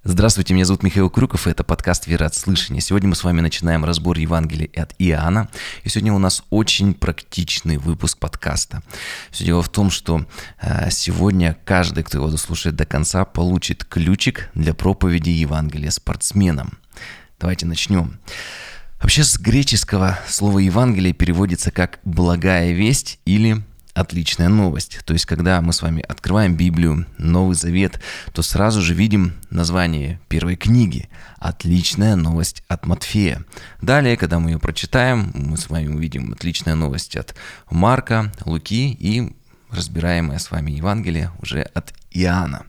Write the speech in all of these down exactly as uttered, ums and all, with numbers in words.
Здравствуйте, меня зовут Михаил Крюков, и это подкаст «Вера от слышания». Сегодня мы с вами начинаем разбор Евангелия от Иоанна, и сегодня у нас очень практичный выпуск подкаста. Все дело в том, что сегодня каждый, кто его дослушает до конца, получит ключик для проповеди Евангелия спортсменам. Давайте начнем. Вообще с греческого слово «Евангелие» переводится как «благая весть» или «отличная новость». То есть, когда мы с вами открываем Библию, Новый Завет, то сразу же видим название первой книги «Отличная новость от Матфея». Далее, когда мы ее прочитаем, мы с вами увидим «Отличная новость» от Марка, Луки и разбираемое с вами Евангелие уже от Иоанна.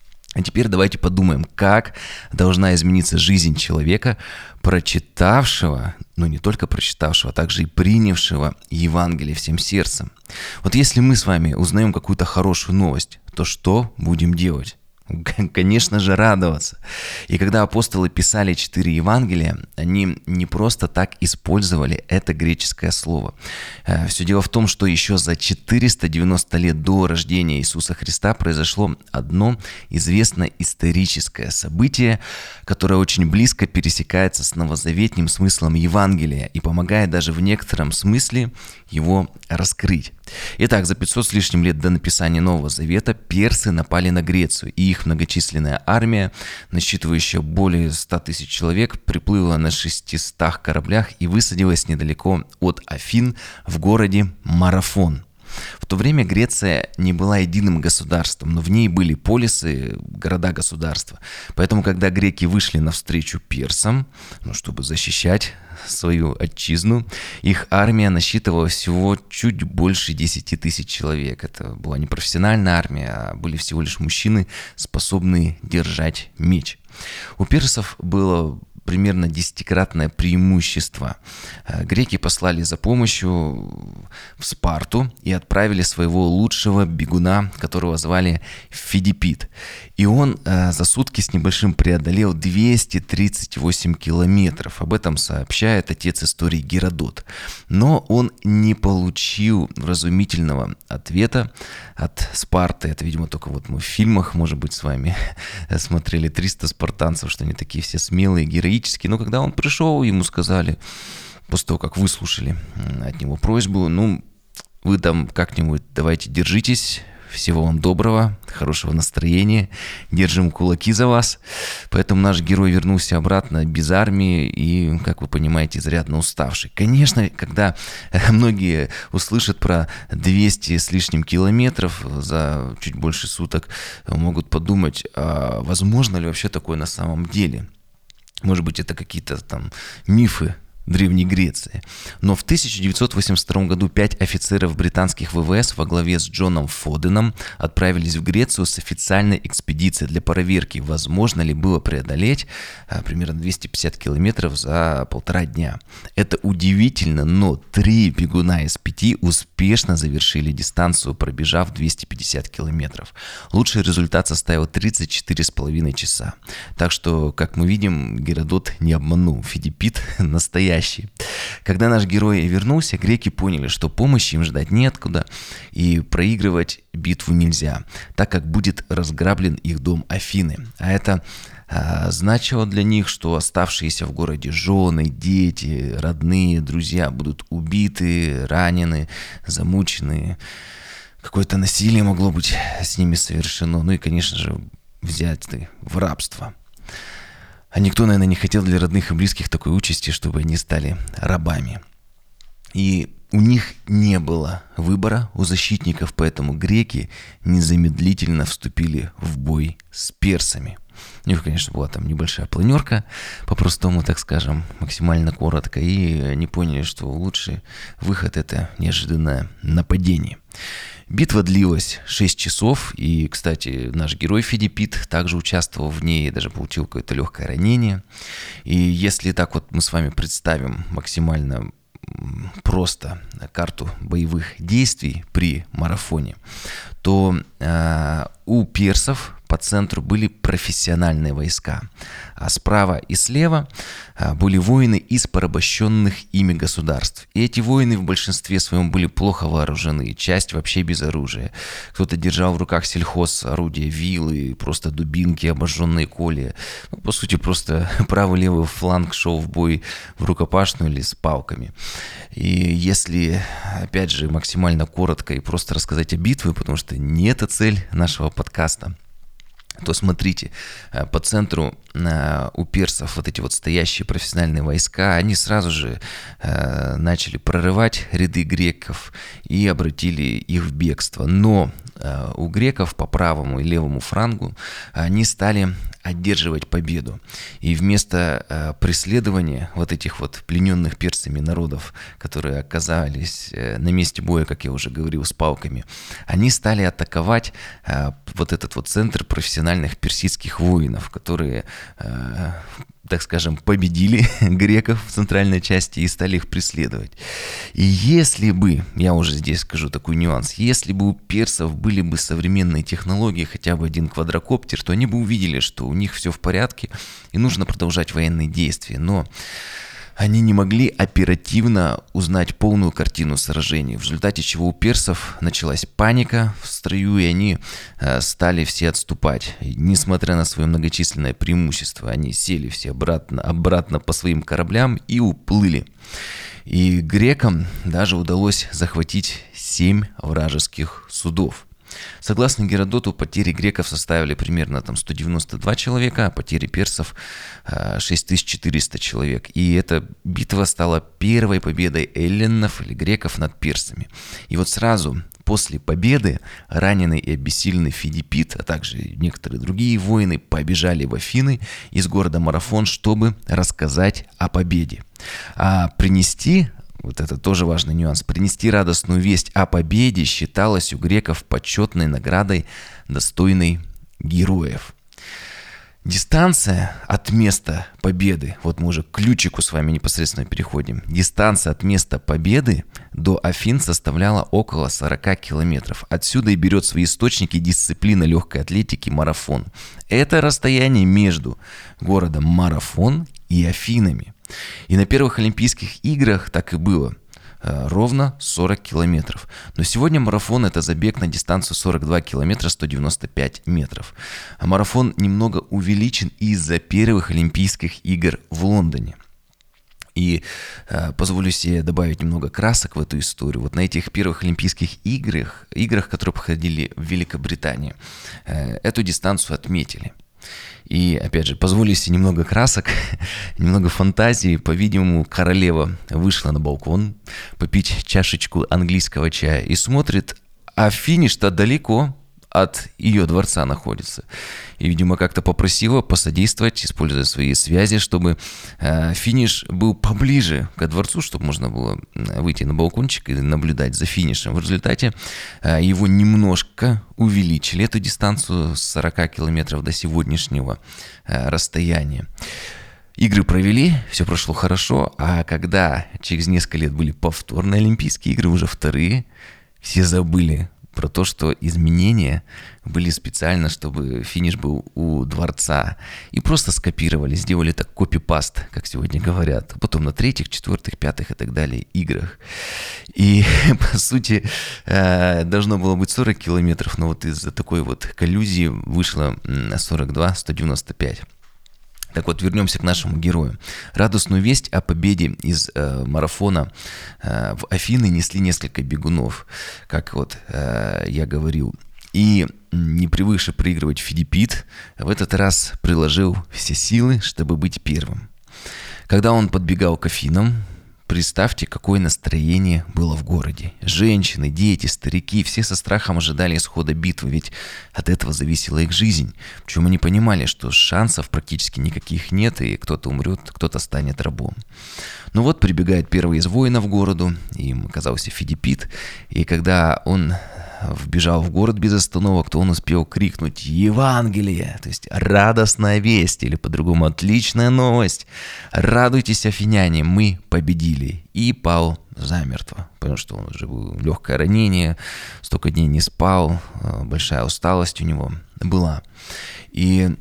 А теперь давайте подумаем, как должна измениться жизнь человека, прочитавшего, но не только прочитавшего, а также и принявшего Евангелие всем сердцем. Вот если мы с вами узнаем какую-то хорошую новость, то что будем делать? Конечно же, радоваться. И когда апостолы писали четыре Евангелия, они не просто так использовали это греческое слово. Все дело в том, что еще за четыреста девяносто лет до рождения Иисуса Христа произошло одно известное историческое событие, которое очень близко пересекается с новозаветным смыслом Евангелия и помогает даже в некотором смысле его раскрыть. Итак, за пятьсот с лишним лет до написания Нового Завета персы напали на Грецию, и их многочисленная армия, насчитывающая более ста тысяч человек, приплыла на шестистах кораблях и высадилась недалеко от Афин в городе Марафон. В то время Греция не была единым государством, но в ней были полисы, города-государства. Поэтому, когда греки вышли навстречу персам, ну, чтобы защищать свою отчизну, их армия насчитывала всего чуть больше десяти тысяч человек. Это была не профессиональная армия, а были всего лишь мужчины, способные держать меч. У персов было примерно десятикратное преимущество. Греки послали за помощью в Спарту и отправили своего лучшего бегуна, которого звали Фидиппид. И он за сутки с небольшим преодолел двести тридцать восемь километров. Об этом сообщает отец истории Геродот. Но он не получил вразумительного ответа от Спарты. Это, видимо, только вот мы в фильмах, может быть, с вами смотрели триста спартанцев, что они такие все смелые, героические. Но когда он пришел, ему сказали, после того, как выслушали от него просьбу, ну, вы там как-нибудь давайте держитесь, всего вам доброго, хорошего настроения, держим кулаки за вас. Поэтому наш герой вернулся обратно без армии и, как вы понимаете, изрядно уставший. Конечно, когда многие услышат про двести с лишним километров за чуть больше суток, могут подумать, а возможно ли вообще такое на самом деле? Может быть, это какие-то там мифы Древней Греции. Но в тысяча девятьсот восемьдесят втором году пять офицеров британских ВВС во главе с Джоном Фоденом отправились в Грецию с официальной экспедицией для проверки, возможно ли было преодолеть а, примерно двести пятьдесят километров за полтора дня. Это удивительно, но три бегуна из пяти успешно завершили дистанцию, пробежав двести пятьдесят километров. Лучший результат составил тридцать четыре с половиной часа. Так что, как мы видим, Геродот не обманул. Фидиппид настоящий. Когда наш герой вернулся, греки поняли, что помощи им ждать неоткуда и проигрывать битву нельзя, так как будет разграблен их дом Афины. А это а, значило для них, что оставшиеся в городе жены, дети, родные, друзья будут убиты, ранены, замучены. Какое-то насилие могло быть с ними совершено. Ну и, конечно же, взяты в рабство. А никто, наверное, не хотел для родных и близких такой участи, чтобы они стали рабами. И у них не было выбора у защитников, поэтому греки незамедлительно вступили в бой с персами. У них, конечно, была там небольшая планерка, по-простому, так скажем, максимально коротко, и они поняли, что лучший выход – это неожиданное нападение. Битва длилась шесть часов, и, кстати, наш герой Фидиппид также участвовал в ней, даже получил какое-то легкое ранение. И если так вот мы с вами представим максимально просто карту боевых действий при марафоне, то э, у персов по центру были профессиональные войска, а справа и слева были воины из порабощенных ими государств. И эти воины в большинстве своем были плохо вооружены, часть вообще без оружия. Кто-то держал в руках сельхозорудия, вилы, просто дубинки, обожженные колья. Ну, по сути, просто правый-левый фланг шел в бой в рукопашную или с палками. И если, опять же, максимально коротко и просто рассказать о битве, потому что не это цель нашего подкаста, то смотрите, по центру у персов вот эти вот стоящие профессиональные войска, они сразу же начали прорывать ряды греков и обратили их в бегство. Но у греков по правому и левому флангу они стали одерживать победу. И вместо преследования вот этих вот плененных персами народов, которые оказались на месте боя, как я уже говорил, с палками, они стали атаковать вот этот вот центр профессиональных персидских воинов, которые, так скажем, победили греков в центральной части и стали их преследовать. И если бы, я уже здесь скажу такой нюанс, если бы у персов были бы современные технологии, хотя бы один квадрокоптер, то они бы увидели, что у них все в порядке и нужно продолжать военные действия. Но они не могли оперативно узнать полную картину сражений, в результате чего у персов началась паника в строю, и они э, стали все отступать. И, несмотря на свое многочисленное преимущество, они сели все обратно, обратно по своим кораблям и уплыли. И грекам даже удалось захватить семь вражеских судов. Согласно Геродоту, потери греков составили примерно там, сто девяносто два человека, а потери персов шесть тысяч четыреста человек. И эта битва стала первой победой эллинов или греков над персами. И вот сразу после победы раненый и обессиленный Фидиппит, а также некоторые другие воины побежали в Афины из города Марафон, чтобы рассказать о победе. А принести... Вот это тоже важный нюанс. Принести радостную весть о победе считалось у греков почетной наградой, достойной героев. Дистанция от места победы, вот мы уже к ключику с вами непосредственно переходим. Дистанция от места победы до Афин составляла около сорок километров. Отсюда и берет свои источники дисциплина легкой атлетики марафон. Это расстояние между городом Марафон и Афинами. И на первых Олимпийских играх так и было. Ровно сорок километров. Но сегодня марафон — это забег на дистанцию сорок два километра сто девяносто пять метров. А марафон немного увеличен из-за первых Олимпийских игр в Лондоне. И э, позволю себе добавить немного красок в эту историю. Вот на этих первых Олимпийских играх, играх, которые проходили в Великобритании, э, эту дистанцию отметили. И, опять же, позволю себе немного красок, немного фантазии. По-видимому, королева вышла на балкон попить чашечку английского чая и смотрит, а финиш-то далеко от ее дворца находится. И, видимо, как-то попросила посодействовать, используя свои связи, чтобы э, финиш был поближе к дворцу, чтобы можно было выйти на балкончик и наблюдать за финишем. В результате э, его немножко увеличили, эту дистанцию с сорока километров до сегодняшнего э, расстояния. Игры провели, все прошло хорошо, а когда через несколько лет были повторные Олимпийские игры, уже вторые, все забыли про то, что изменения были специально, чтобы финиш был у дворца. И просто скопировали, сделали так копипаст, как сегодня говорят. Потом на третьих, четвертых, пятых и так далее играх. И, по сути, должно было быть сорок километров, но вот из-за такой вот коллюзии вышло на сорок два сто девяносто пять. Так вот, вернемся к нашему герою. Радостную весть о победе из э, марафона э, в Афины несли несколько бегунов, как вот э, я говорил. И не привыкший проигрывать Фидиппит в этот раз приложил все силы, чтобы быть первым. Когда он подбегал к Афинам, представьте, какое настроение было в городе. Женщины, дети, старики, все со страхом ожидали исхода битвы, ведь от этого зависела их жизнь. Причем они понимали, что шансов практически никаких нет, и кто-то умрет, кто-то станет рабом. Ну вот, прибегает первый из воинов к городу, им оказался Фидиппит, и когда он вбежал в город без остановок, то он успел крикнуть «Евангелие!», то есть радостная весть, или по-другому отличная новость. «Радуйтесь, афиняне, мы победили!» И пал замертво, потому что он уже был легкое ранение, столько дней не спал, большая усталость у него. была. И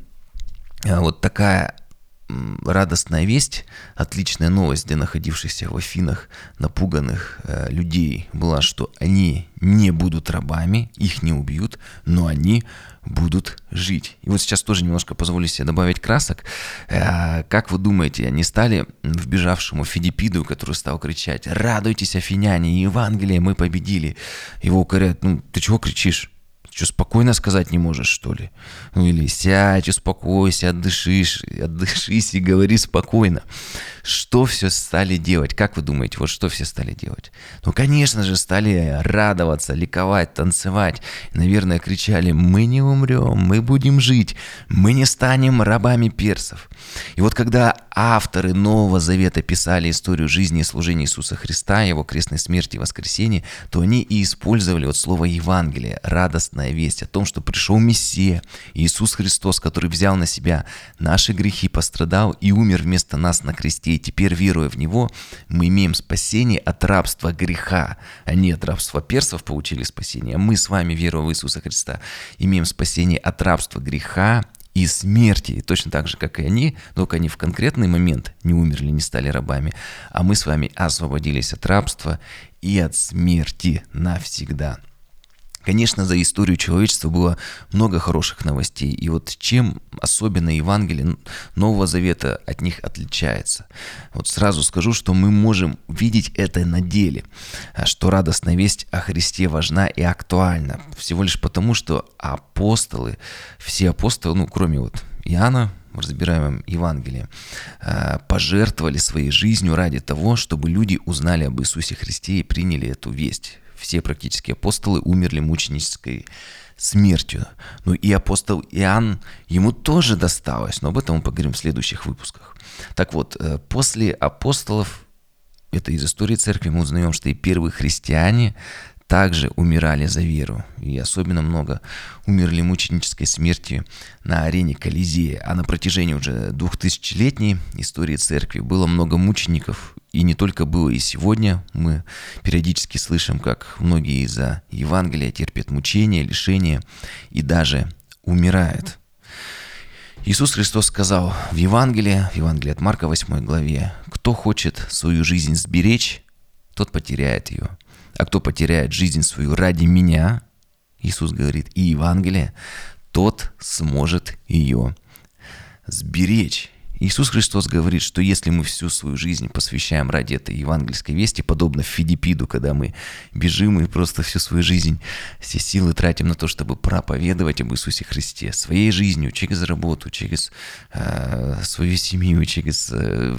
вот такая радостная весть, отличная новость для находившихся в Афинах напуганных э, людей была, что они не будут рабами, их не убьют, но они будут жить. И вот сейчас тоже немножко позволю себе добавить красок. Э, как вы думаете, они стали вбежавшему Фидипиду, который стал кричать: «Радуйтесь, афиняне, Евангелие мы победили!» Его укоряют: «Ну, ты чего кричишь? Что, спокойно сказать не можешь, что ли? Ну или сядь, успокойся, отдышишь, отдышись и говори спокойно». Что все стали делать? Как вы думаете, вот что все стали делать? Ну, конечно же, стали радоваться, ликовать, танцевать. Наверное, кричали: «Мы не умрем, мы будем жить, мы не станем рабами персов». И вот когда авторы Нового Завета писали историю жизни и служения Иисуса Христа, Его крестной смерти и воскресения, то они и использовали вот слово «Евангелие», радостная весть о том, что пришел Мессия, Иисус Христос, который взял на себя наши грехи, пострадал и умер вместо нас на кресте. И теперь, веруя в Него, мы имеем спасение от рабства греха, а не от рабства персов получили спасение. Мы с вами, веруя в Иисуса Христа, имеем спасение от рабства греха и смерти. И точно так же, как и они, только они в конкретный момент не умерли, не стали рабами, а мы с вами освободились от рабства и от смерти навсегда. Конечно, за историю человечества было много хороших новостей. И вот чем особенно Евангелие Нового Завета от них отличается? Вот сразу скажу, что мы можем видеть это на деле, что радостная весть о Христе важна и актуальна. Всего лишь потому, что апостолы, все апостолы, ну кроме вот Иоанна, в разбираемом Евангелии, пожертвовали своей жизнью ради того, чтобы люди узнали об Иисусе Христе и приняли эту весть. Все практически апостолы умерли мученической смертью. Ну и апостол Иоанн, ему тоже досталось, но об этом мы поговорим в следующих выпусках. Так вот, после апостолов, это из истории церкви, мы узнаем, что и первые христиане также умирали за веру. И особенно много умерли мученической смертью на арене Колизея. А на протяжении уже двухтысячелетней истории церкви было много мучеников. И не только было, и сегодня мы периодически слышим, как многие из-за Евангелия терпят мучения, лишения и даже умирают. Иисус Христос сказал в Евангелии, в Евангелии от Марка восьмой главе: «Кто хочет свою жизнь сберечь, тот потеряет ее. А кто потеряет жизнь свою ради меня, Иисус говорит, и Евангелие, тот сможет ее сберечь». Иисус Христос говорит, что если мы всю свою жизнь посвящаем ради этой евангельской вести, подобно Фидипиду, когда мы бежим и просто всю свою жизнь, все силы тратим на то, чтобы проповедовать об Иисусе Христе, своей жизнью, через работу, через э, свою семью, через э,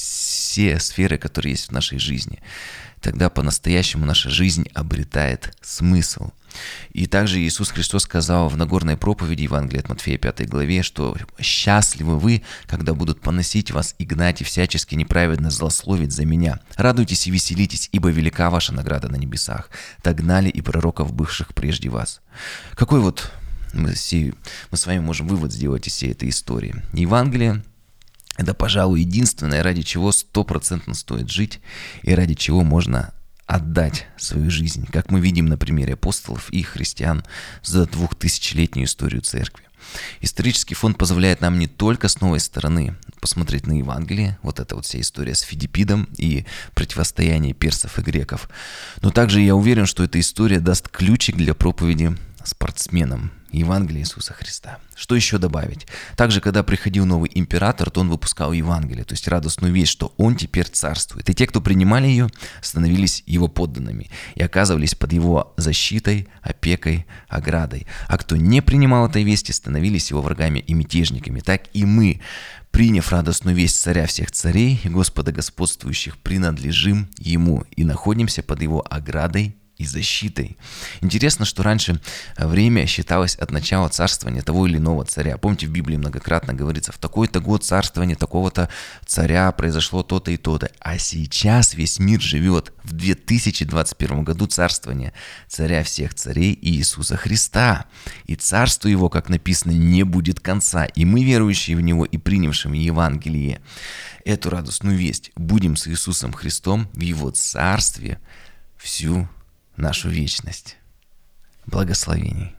все сферы, которые есть в нашей жизни, тогда по-настоящему наша жизнь обретает смысл. И также Иисус Христос сказал в Нагорной проповеди Евангелия от Матфея пятой главе, что «счастливы вы, когда будут поносить вас и гнать и всячески неправедно злословить за меня. Радуйтесь и веселитесь, ибо велика ваша награда на небесах. Так гнали и пророков, бывших прежде вас». Какой вот мы, мы с вами можем вывод сделать из всей этой истории? Евангелие — это, пожалуй, единственное, ради чего стопроцентно стоит жить и ради чего можно отдать свою жизнь, как мы видим на примере апостолов и христиан за двухтысячелетнюю историю церкви. Исторический фонд позволяет нам не только с новой стороны посмотреть на Евангелие, вот эта вот вся история с Фидипидом и противостояние персов и греков, но также я уверен, что эта история даст ключик для проповеди спортсменам Евангелия Иисуса Христа. Что еще добавить? Также, когда приходил новый император, то он выпускал Евангелие, то есть радостную весть, что он теперь царствует. И те, кто принимали ее, становились его подданными и оказывались под его защитой, опекой, оградой. А кто не принимал этой вести, становились его врагами и мятежниками. Так и мы, приняв радостную весть царя всех царей и Господа господствующих, принадлежим ему и находимся под его оградой и защитой. Интересно, что раньше время считалось от начала царствования того или иного царя. Помните, в Библии многократно говорится, в такой-то год царствования такого-то царя произошло то-то и то-то. А сейчас весь мир живет в две тысячи двадцать первом году царствования царя всех царей Иисуса Христа. И царству его, как написано, не будет конца. И мы, верующие в него и принявшим Евангелие, эту радостную весть, будем с Иисусом Христом в его царстве всю нашу вечность. Благословений.